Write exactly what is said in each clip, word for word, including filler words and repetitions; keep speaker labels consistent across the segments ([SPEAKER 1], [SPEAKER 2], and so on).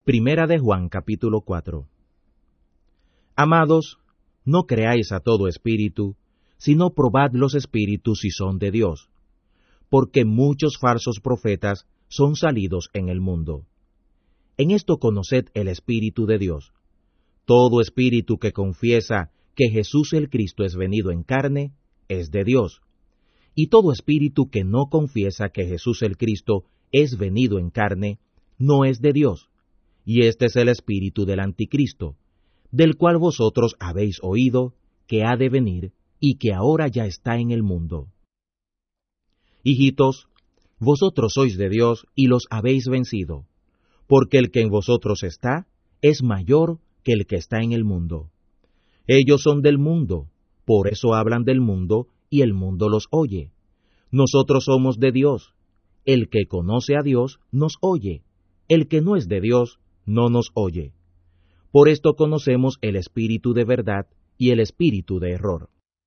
[SPEAKER 1] Primera de Juan capítulo cuatro. Amados, no creáis a todo espíritu, sino probad los espíritus si son de Dios, porque muchos falsos profetas son salidos en el mundo. En esto conoced el Espíritu de Dios. Todo espíritu que confiesa que Jesús el Cristo es venido en carne, es de Dios. Y todo espíritu que no confiesa que Jesús el Cristo es venido en carne, no es de Dios. Y este es el espíritu del anticristo, del cual vosotros habéis oído que ha de venir y que ahora ya está en el mundo. Hijitos, vosotros sois de Dios y los habéis vencido, porque el que en vosotros está es mayor que el que está en el mundo. Ellos son del mundo, por eso hablan del mundo y el mundo los oye. Nosotros somos de Dios. El que conoce a Dios nos oye. El que no es de Dios no nos oye. Por esto conocemos el espíritu de verdad y el espíritu de error.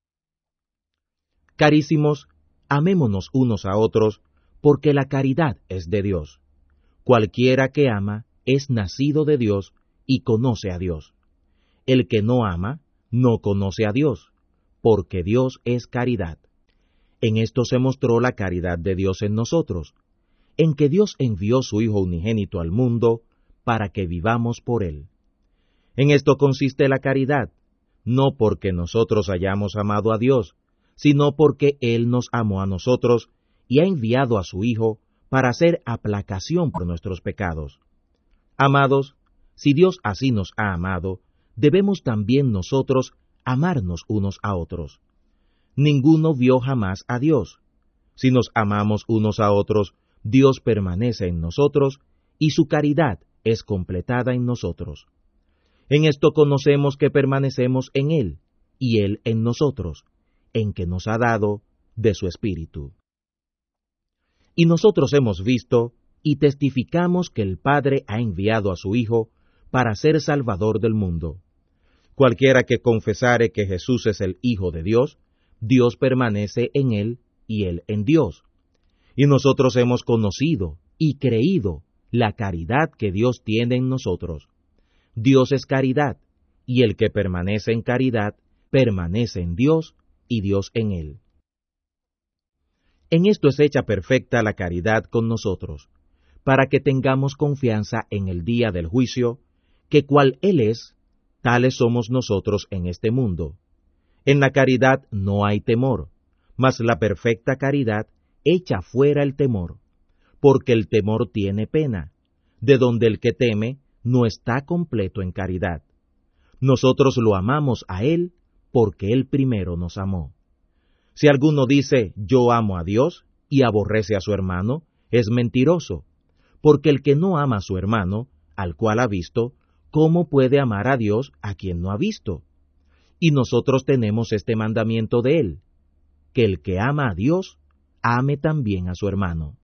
[SPEAKER 1] Carísimos, amémonos unos a otros, porque la caridad es de Dios. Cualquiera que ama es nacido de Dios y conoce a Dios. El que no ama no conoce a Dios, porque Dios es caridad. En esto se mostró la caridad de Dios en nosotros, en que Dios envió su Hijo unigénito al mundo para que vivamos por él. En esto consiste la caridad, no porque nosotros hayamos amado a Dios, sino porque Él nos amó a nosotros y ha enviado a su Hijo para hacer aplacación por nuestros pecados. Amados, si Dios así nos ha amado, debemos también nosotros amarnos unos a otros. Ninguno vio jamás a Dios. Si nos amamos unos a otros, Dios permanece en nosotros y su caridad es completada en nosotros. En esto conocemos que permanecemos en Él y Él en nosotros, en que nos ha dado de su Espíritu. Y nosotros hemos visto y testificamos que el Padre ha enviado a su Hijo para ser Salvador del mundo. Cualquiera que confesare que Jesús es el Hijo de Dios, Dios permanece en él y él en Dios. Y nosotros hemos conocido y creído la caridad que Dios tiene en nosotros. Dios es caridad, y el que permanece en caridad, permanece en Dios y Dios en él. En esto es hecha perfecta la caridad con nosotros, para que tengamos confianza en el día del juicio, que cual Él es, tales somos nosotros en este mundo. En la caridad no hay temor, mas la perfecta caridad echa fuera el temor, porque el temor tiene pena, de donde el que teme no está completo en caridad. Nosotros lo amamos a Él, porque Él primero nos amó. Si alguno dice, yo amo a Dios, y aborrece a su hermano, es mentiroso, porque el que no ama a su hermano, al cual ha visto, ¿cómo puede amar a Dios a quien no ha visto? Y nosotros tenemos este mandamiento de Él, que el que ama a Dios, ame también a su hermano.